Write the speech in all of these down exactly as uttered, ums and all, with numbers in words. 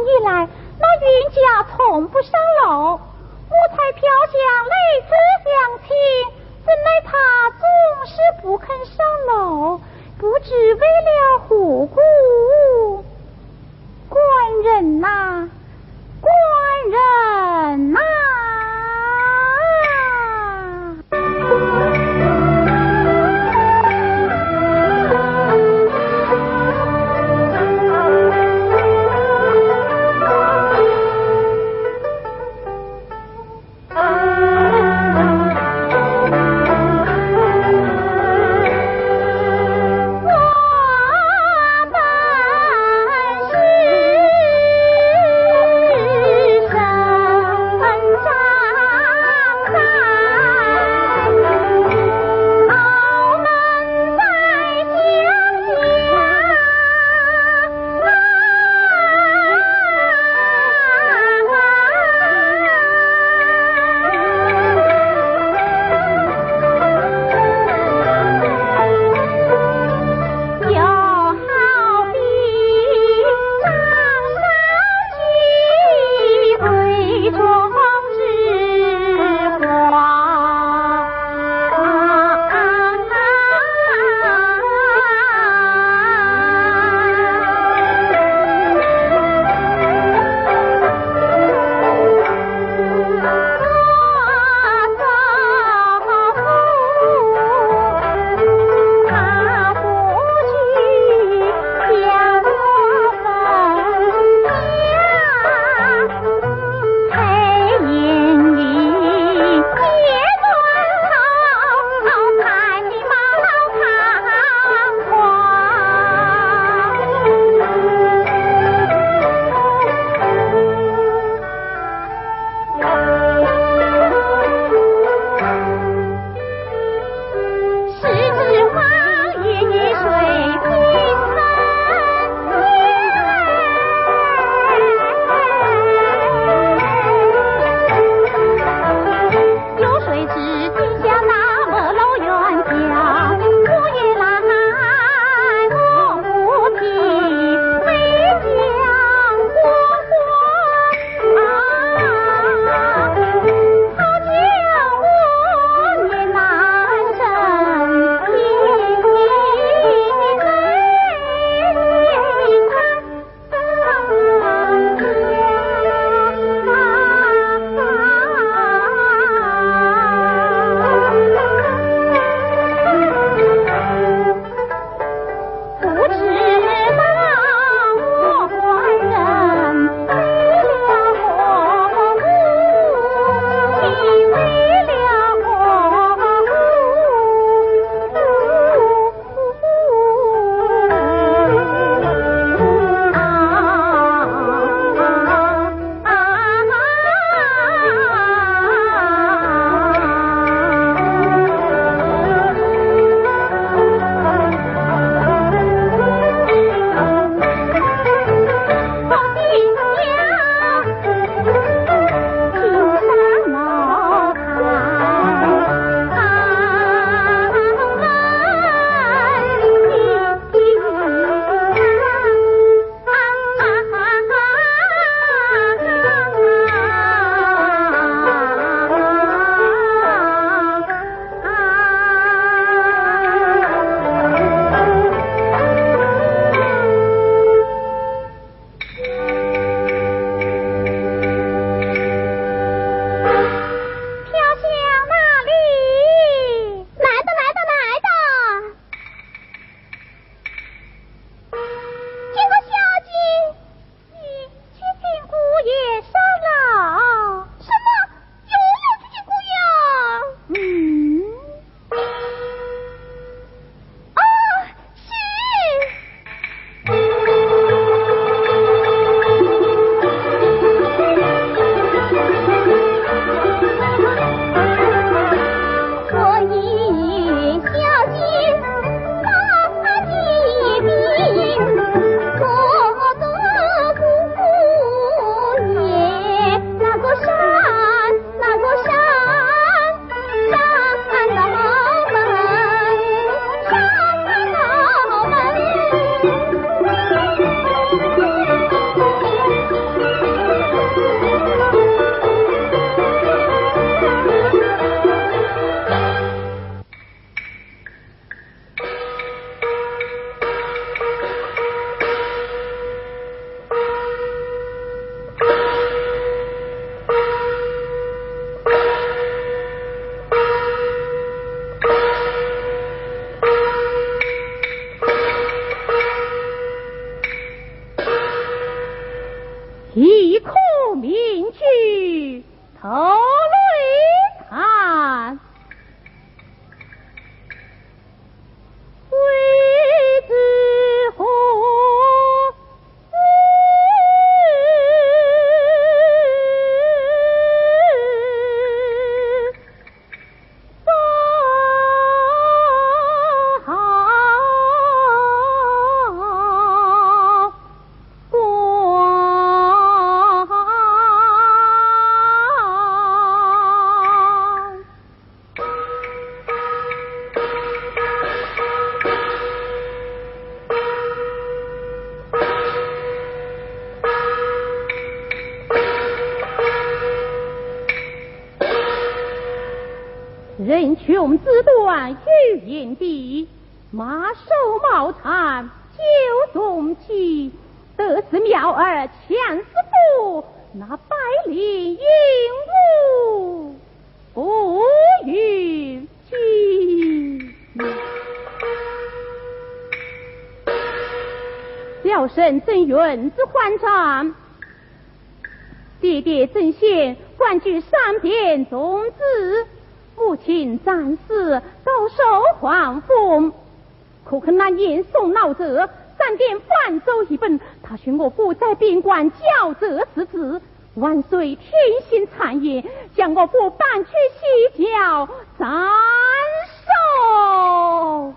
以来，那云家从不上楼，五彩飘香，泪自相亲，怎奈他总是不肯上楼，不知为了何故。官人呐，官人呐！ 名句头擂谈。为子何人穷志短欲饮地，马首毛残酒中泣。得是妙儿钱师傅，那百里鹦鹉不与君。小生正云之欢唱，爹爹正贤官居三边宗旨。母亲战死，高寿皇父，可恨那年送老者，闪电反走一本。他寻我父在宾馆教责失职，万岁天心谗言，将我父搬去西郊斩首，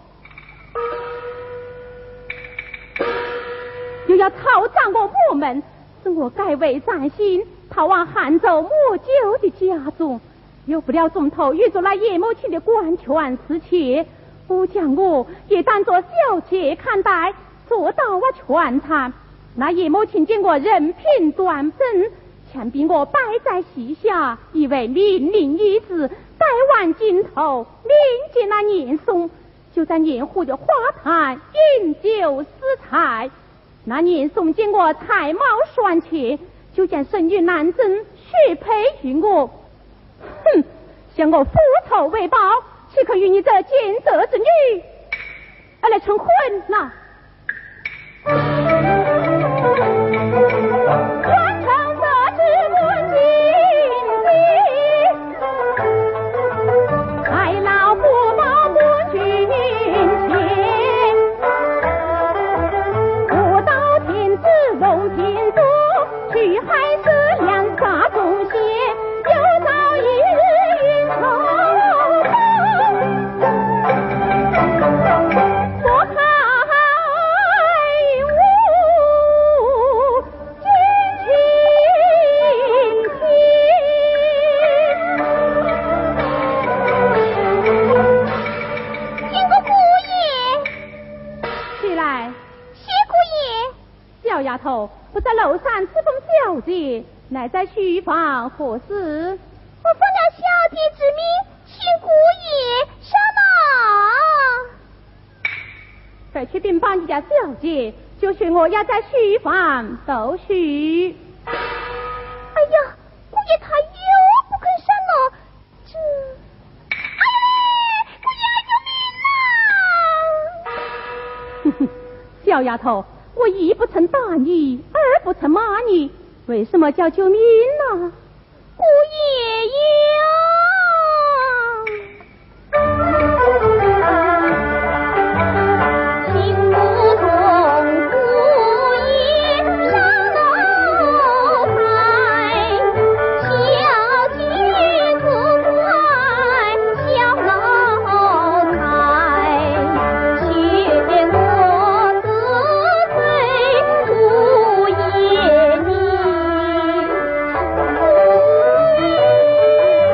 又要抄斩我母门，使我改为斩心，逃往汉州母舅的家中。有不了中头遇着那叶母亲的官权私妾，不将我也当作小妾看待，做到我全场。那叶母亲见我人品端正，强逼我摆在膝下，以为命令一旨，待完尽头，领见那年松，就在年湖的花坛饮酒私财。那年松见我才貌双全，就将生育难争许配于我。哼，向我复仇为报，岂可与你这奸贼之女而来成婚呢？官城得知不敬地，太老不保不君前，我到天子龙天主，去海是两杀中邪。丫头不在楼上侍奉小姐，乃在书房何事？我奉了小姐之命，请姑爷上马。快去禀报你家小姐，就许我要在书房读书。哎呀，姑爷他又不肯上了，这……哎，姑爷救命啊！哼哼，小丫头。我一不曾打你，二不曾骂你，为什么叫救命呢？姑爷呀，请不同姑爷上楼台，小姐不快小楼台，谢我姑爷你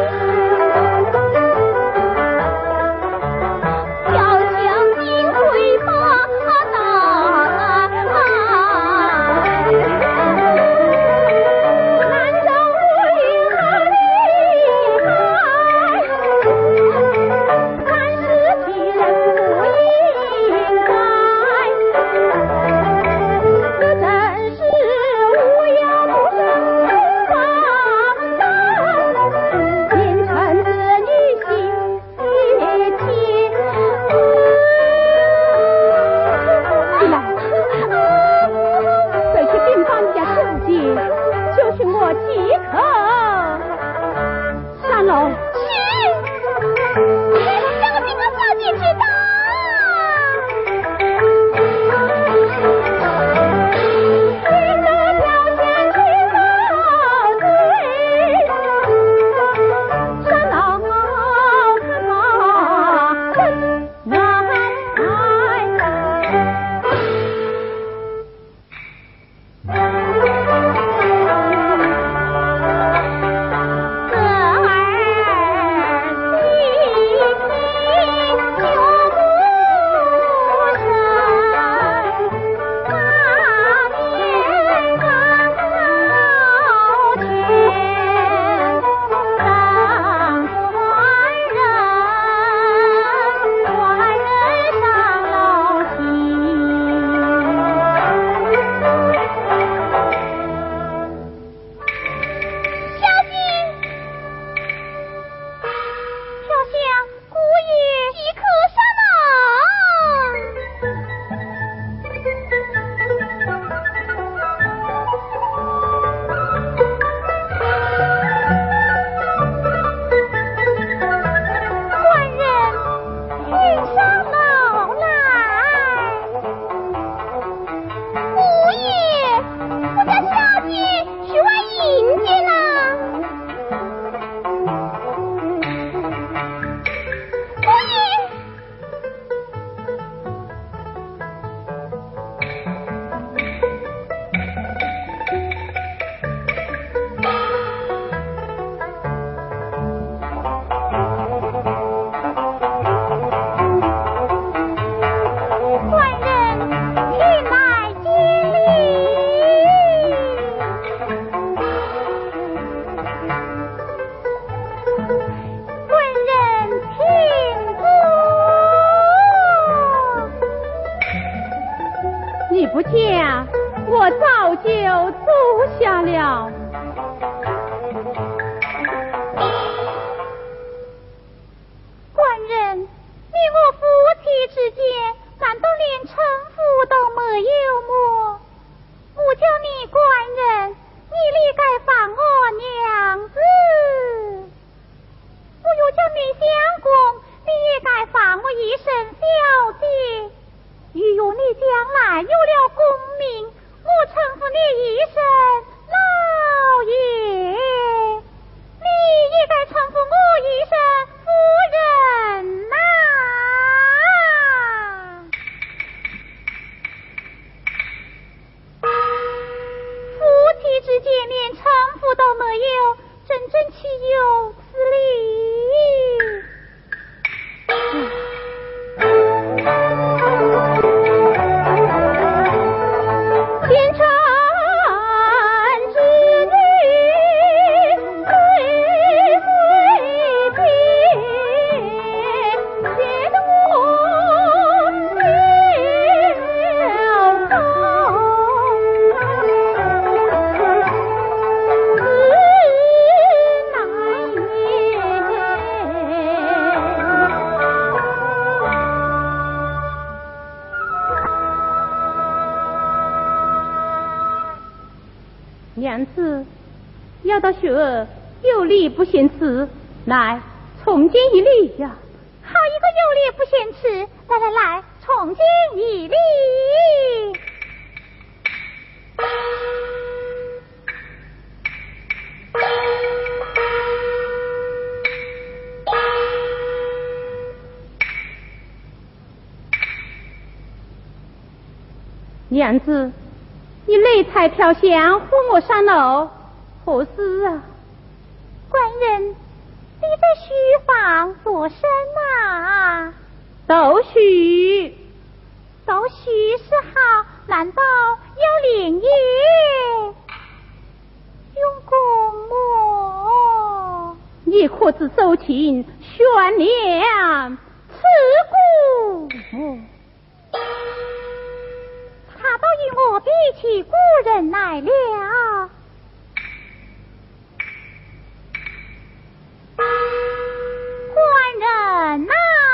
不讲，我早就坐下了。 官人，你我夫妻之间，难道连称呼都没有么？我叫你官人，你理该放我娘子；我又叫你相公，你也该放我一声小姐。如若你将来有了功名，我称呼你一声老爷，你也该称呼我一声夫人呐、啊。夫妻之间连称呼都没有，真正岂有此理？前程之女最会听，且得我小口此难娘子，要到雪儿有礼不嫌迟，来重见一礼呀！ 好一个有礼不嫌迟，来来来，重见一礼。 娘子，你累财飘香呼我上楼，何事啊？ 官人，你在书房做甚啊？ 读书。 读书是好，难道要连夜用功么？ 你可知周秦悬梁刺股？ 他倒与我比起故人来了。官人呐、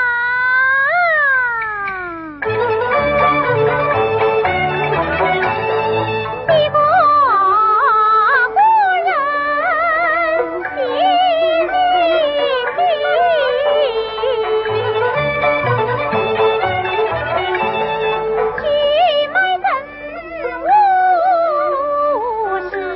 你我故人心里去买人无事，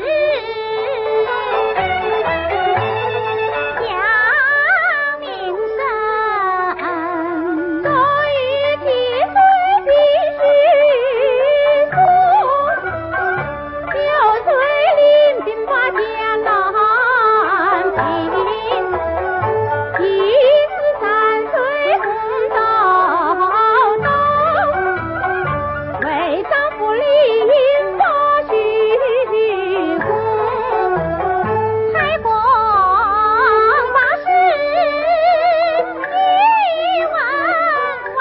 扬名声，所以其岁必须出，有罪领兵把江南平，一十三岁红昭东，为丈夫立法许公，开国八十一文化，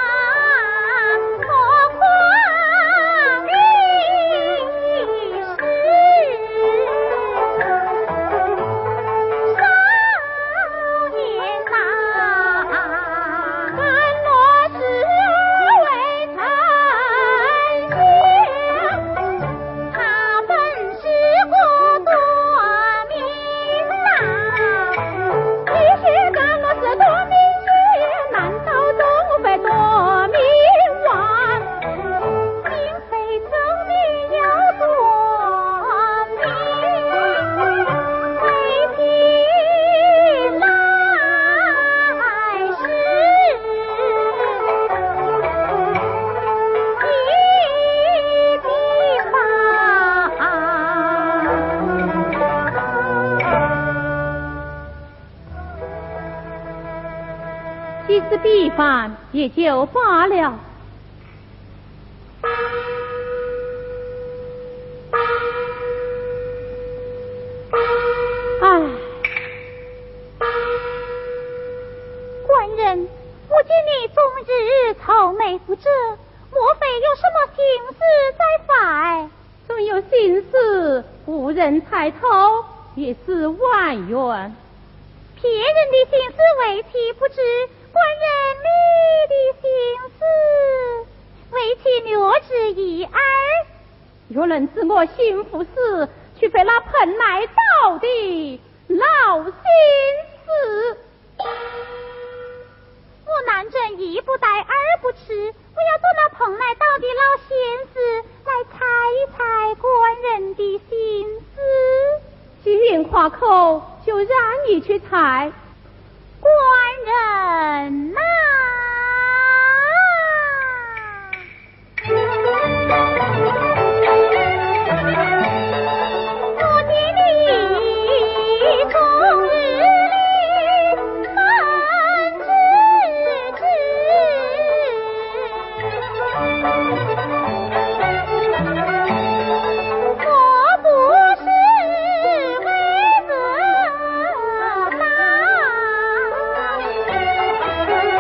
何况历史少年呐，甘若是为丞相，他本是国多名呐。你是甘若是多名卿，难道终非多名王？并非证明要多名，为凭来世一笔方。 即使比方也就罢了。唉， 官人，我见你终日愁眉不展，莫非有什么心事这心事无人猜透，也是万缘。 别人的心思为妻不知，官人你的心思为妻略知一二。 若能知我心腹事，却非那蓬莱岛的老心事。 我南征一不待二不迟，我要做那蓬莱岛的老先生来猜一猜官人的心思。 既然夸口，就让你去猜。 官人呐、我的你终日里难知知，我不是为责难。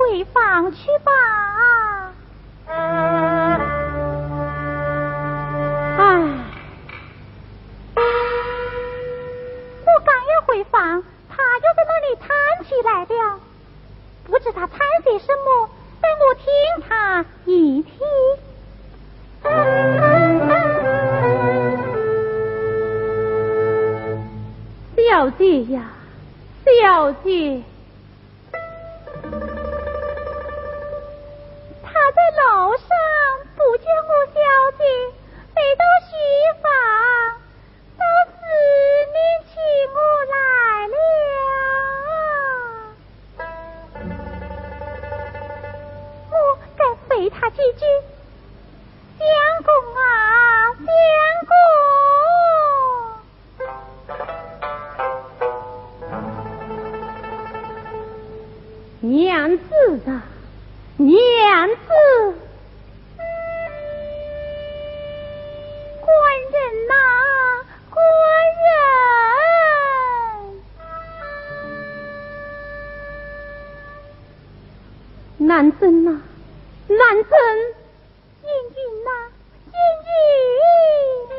回房去吧。 唉， 我刚要回房，他又在那里弹起来了。不知他弹些什么，但我听他一听。 小姐呀，小姐， 他在楼上不见我小姐，飞到西房，到四面请我来了。我该回他几句，相公啊，相公。 娘子啊，娘子， 官人呐、啊，官人， 南珍呐、啊，南珍， 燕云呐、啊，燕云。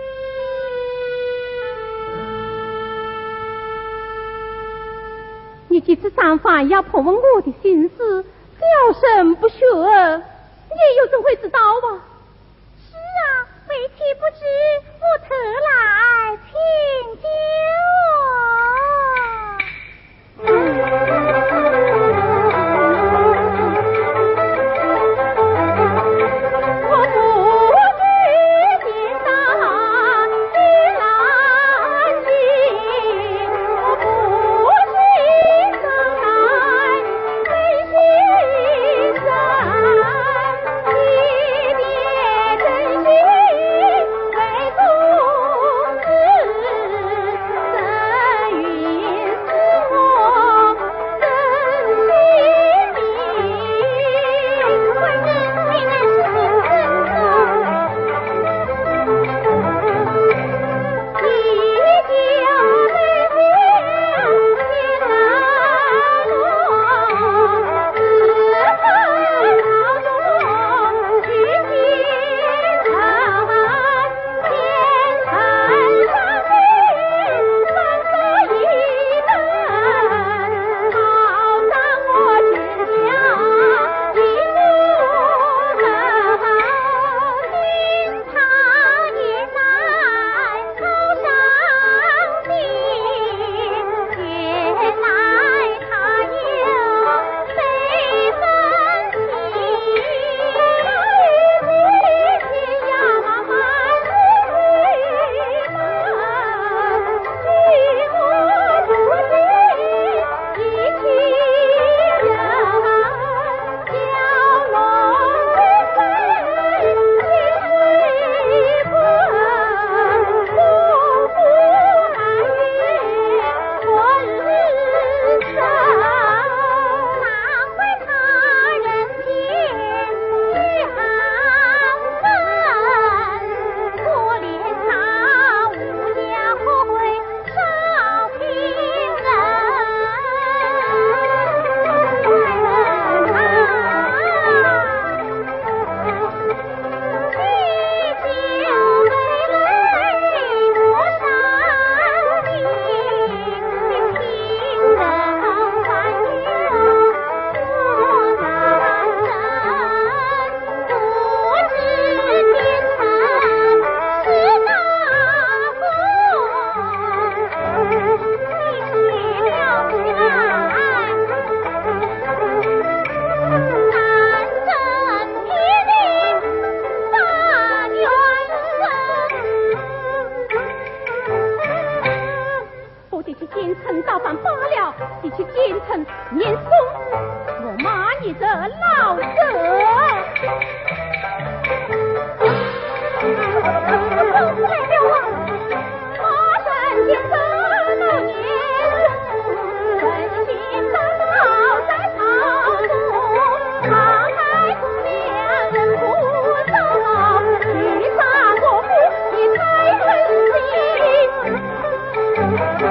你几次上访要破问我的心事，小声不说，你又怎会知道啊？ 是啊，为妻不知，我特来请教。我不知天上的蓝星，我不是上来为心山，一别真心为公子，真云是我真心明。官人原来是真正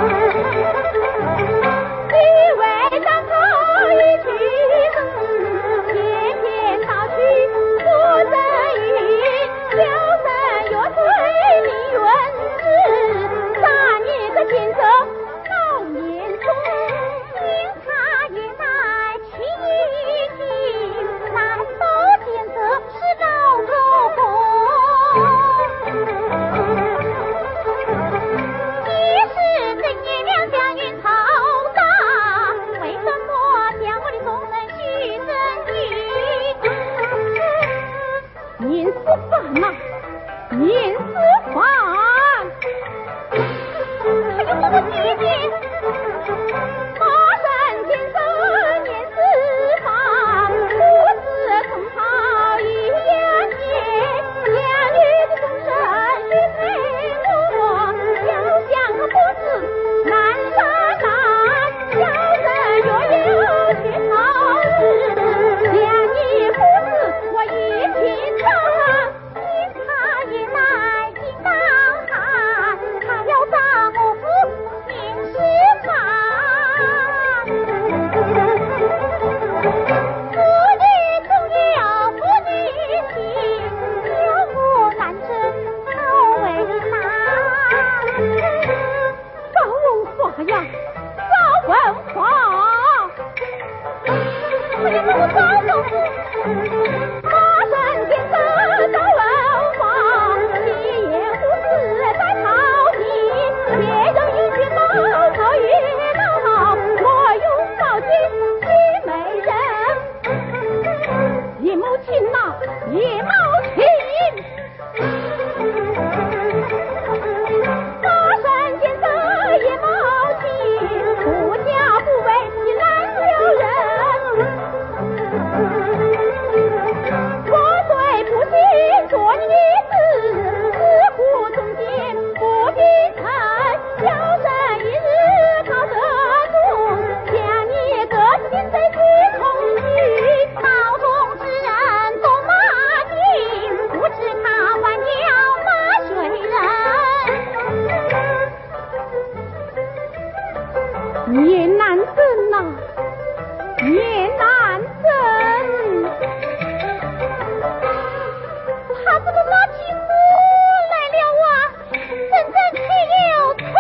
以为咱可以去。 年难生呐，年难生。 他怎么拿起火来了啊？真正岂有此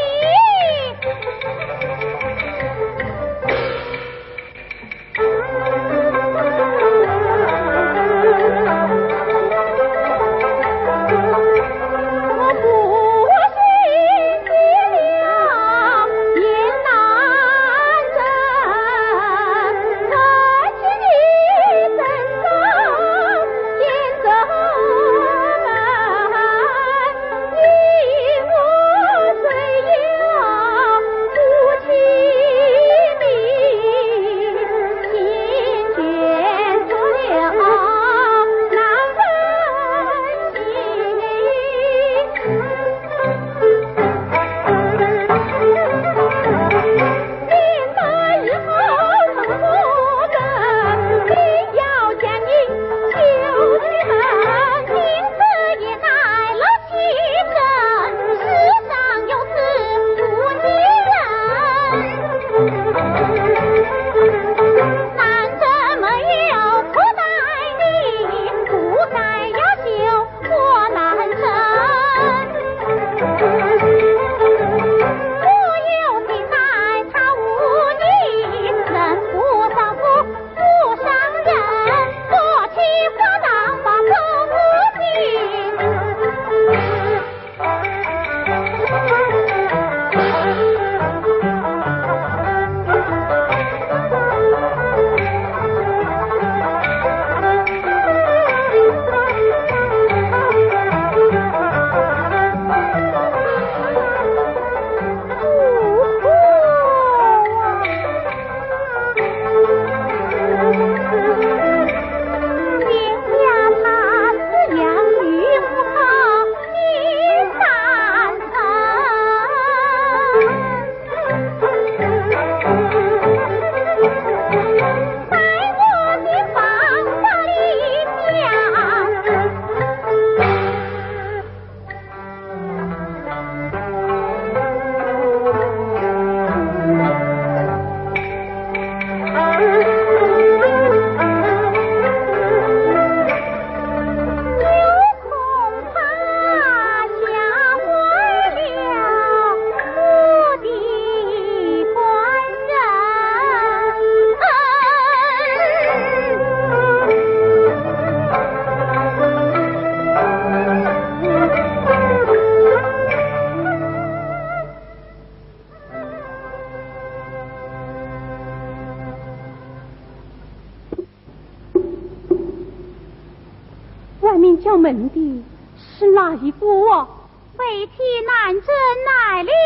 叫门的是哪一个啊？ 为妻难真来了。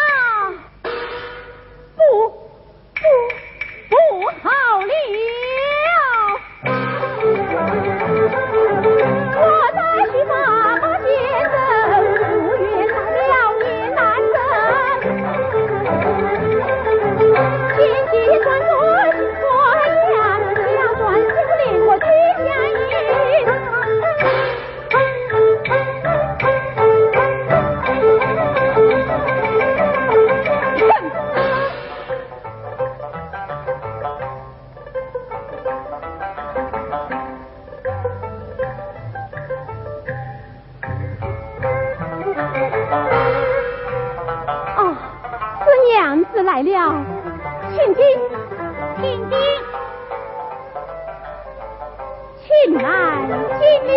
不不不好了！我在徐妈妈先生不愿来了也难生，前几转左心左阳，两转就连我地下一。来了，请进， 请进， 请来见礼，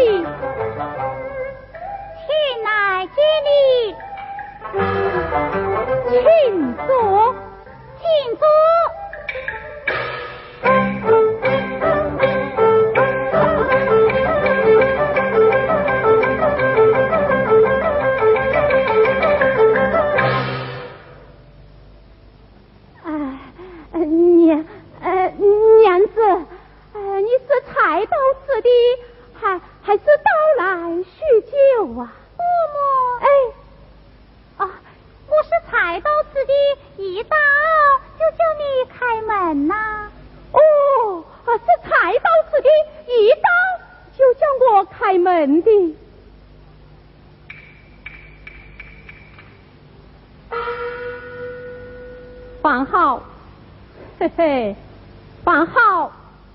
请来见礼， 请坐， 请坐。 放好，嘿嘿，放好。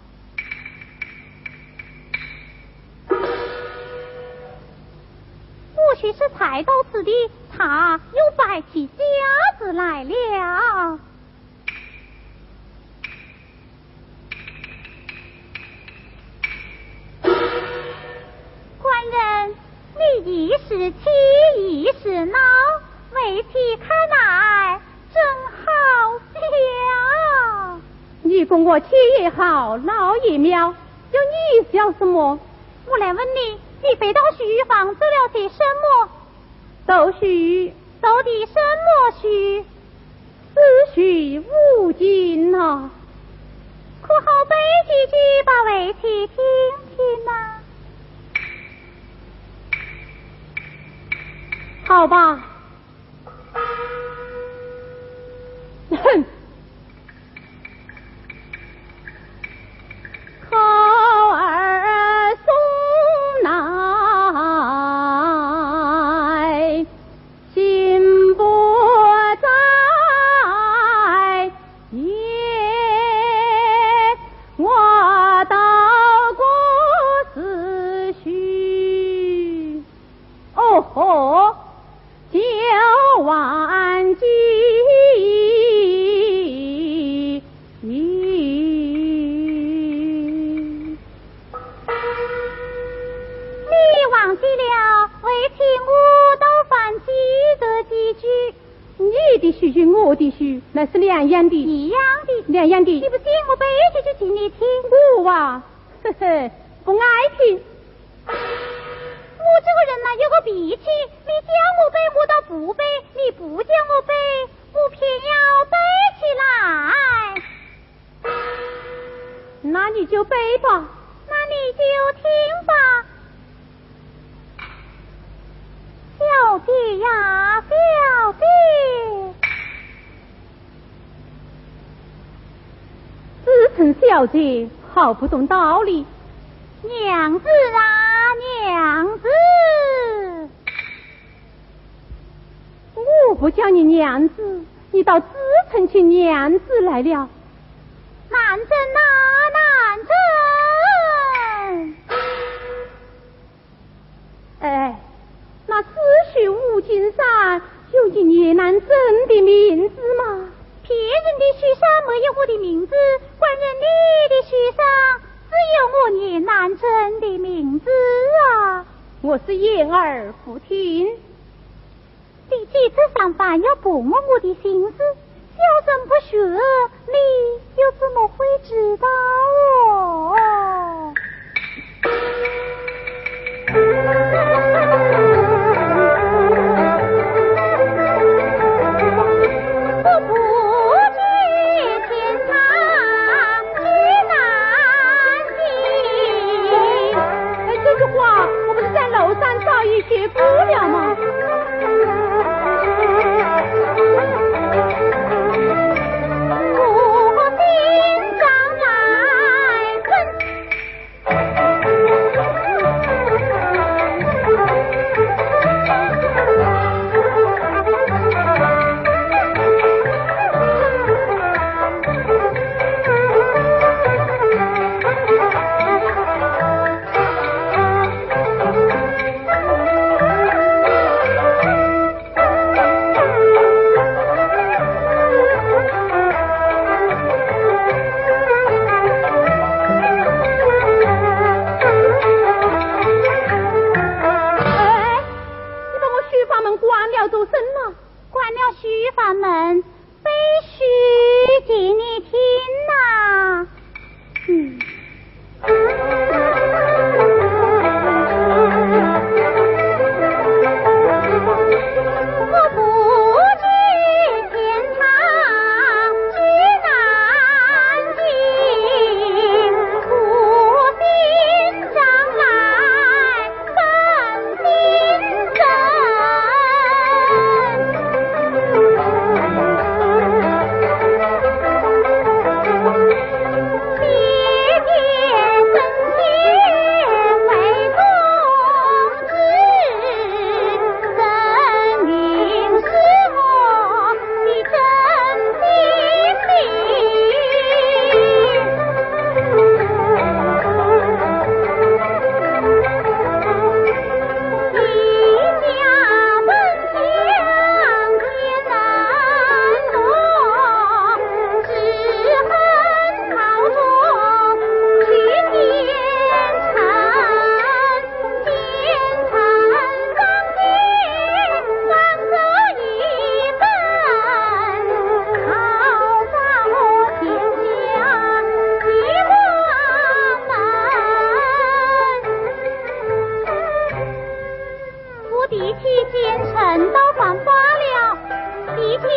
或许是猜到此地，他又摆起架子来了。官人，你一时气一时恼，为其看来真好笑。 你供我气也好，恼也妙，有你笑什么？ 我来问你，你飞到徐房做了些什么？ 斗须， 斗的什么须？ 此须无尽啊！ 可好背几句吧，为其听听啊。 好吧。哼。口儿松来，心不在焉。我道过思绪，哦吼，九万句。 忘记了，为请我到反记得几句。 你的须与我的须那是两样的， 一样的， 两样的。 你不信我背一句就请你听。 我啊，呵呵，不爱听。 我这个人呐、啊、有个脾气，你叫我背我倒不背，你不叫我背，我偏要背起来。 那你就背吧， 那你就听吧。小弟呀，小弟， 自称小姐，好不懂道理。 娘子啊，娘子， 我不叫你娘子，你倒自称起娘子来了。 难真啊，难真！ 哎。那思绪五经上有你聂南真的名字吗？ 别人的书上没有我的名字，官人你的书上只有我聂南真的名字啊！ 我是言而不听。 你几次上班要拨摸我的心思，小声不说，你又怎么会知道哦？ 学不了吗？ 我心上来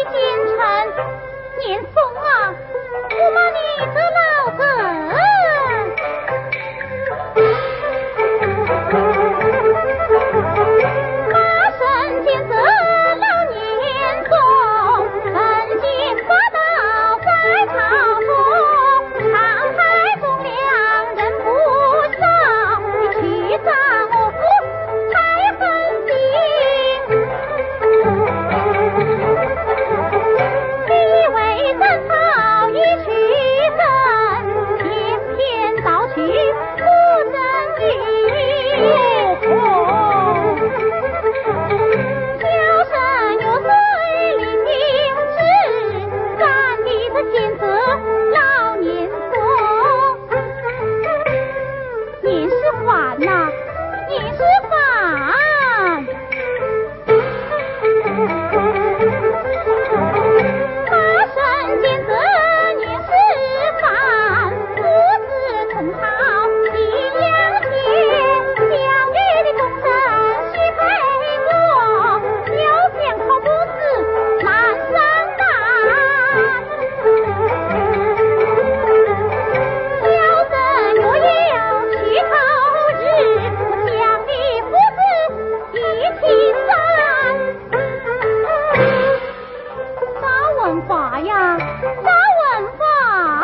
奸臣，年松啊，我骂你这老贼！马身见这老年松，本节发到在朝中，唐太宗两人不少，去斩我父太狠心。以为战草一曲声，偏偏盗取不正义。小生有罪领兵至，斩的这奸贼老年松。年是还呐，年是还。马身见这年是还，父子同逃一两天，相遇的功臣须配我，又想靠不死难上难。小生若有去头日，我将你父子一起斩。赵文华呀，赵文华！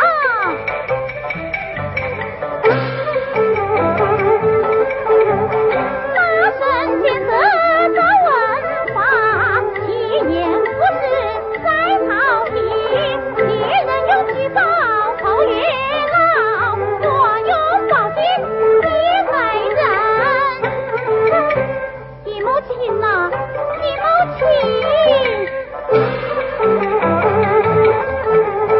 马身见这赵文华，其言不是在朝廷，别人有去报侯爷老，我有报信一美人。一母亲呐，一母亲。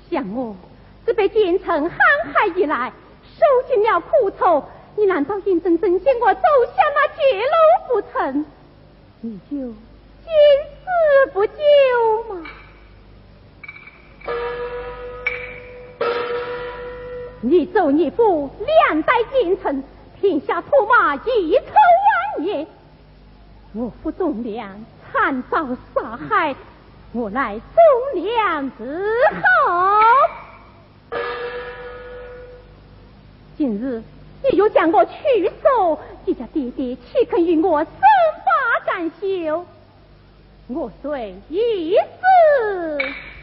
像我自被奸臣陷害以来，受尽了苦楚，你难道认真真见我走向那绝路不成？你就见死不救吗？你走你父两代奸臣，天下唾骂遗臭万年，我父忠良惨遭杀害，我乃忠良之后。今日你又将我取手，你家爹爹岂肯与我生发干休？我虽一死，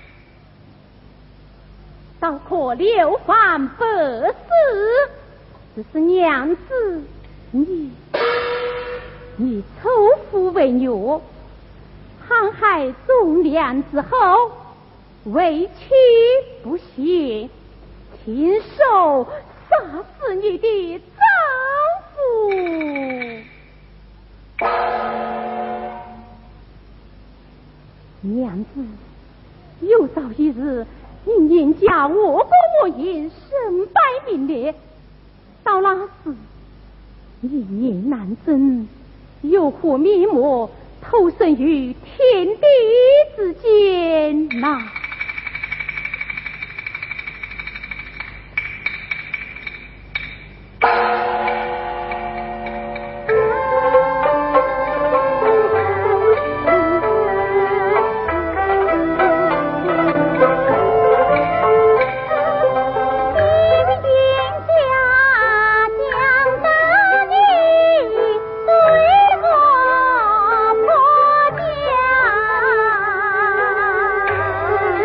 倒可流芳百世。只是娘子，你你仇富为虐，沆害忠良之后，为妻不贤，亲手杀死你的丈夫。娘子，有朝一日你念家我国莫言身败名裂，到那时一念难真，有祸灭没，投身于天地之间呐、啊！ 家。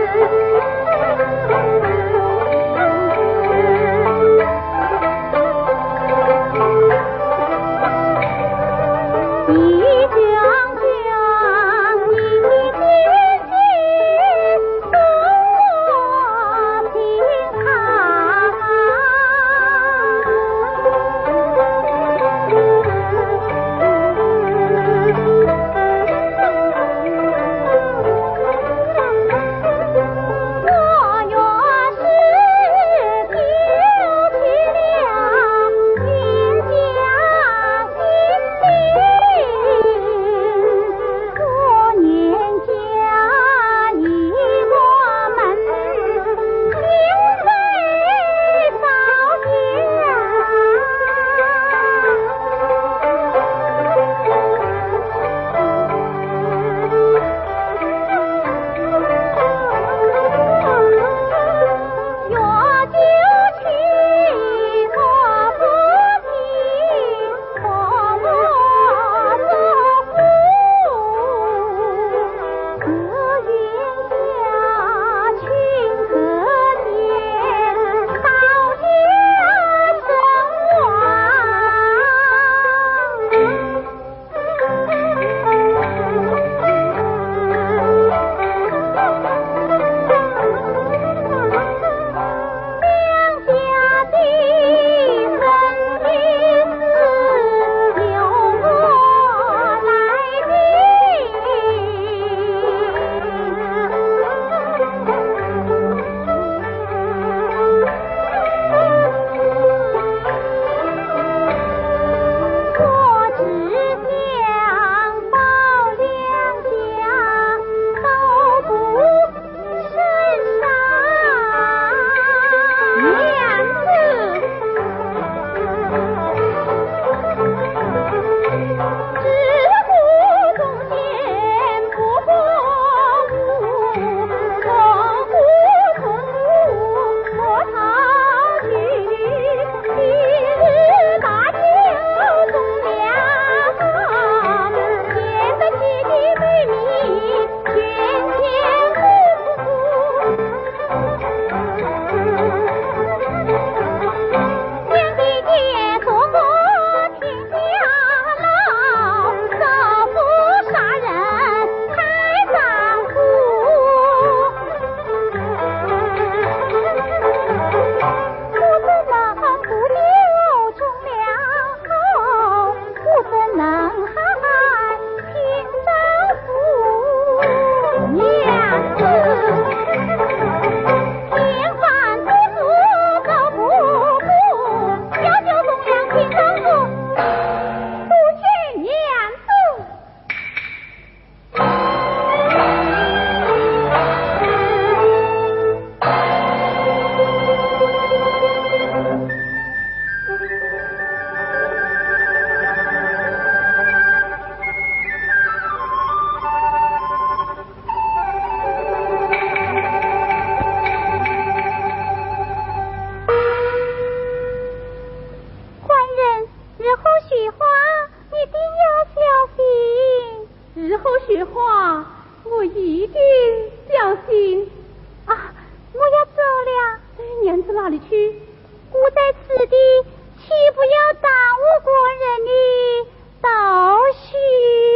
里去？ 孤在此地，岂不要耽误国人的道序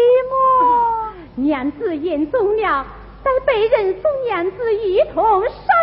么？ 娘子言重了，待被人送娘子一同上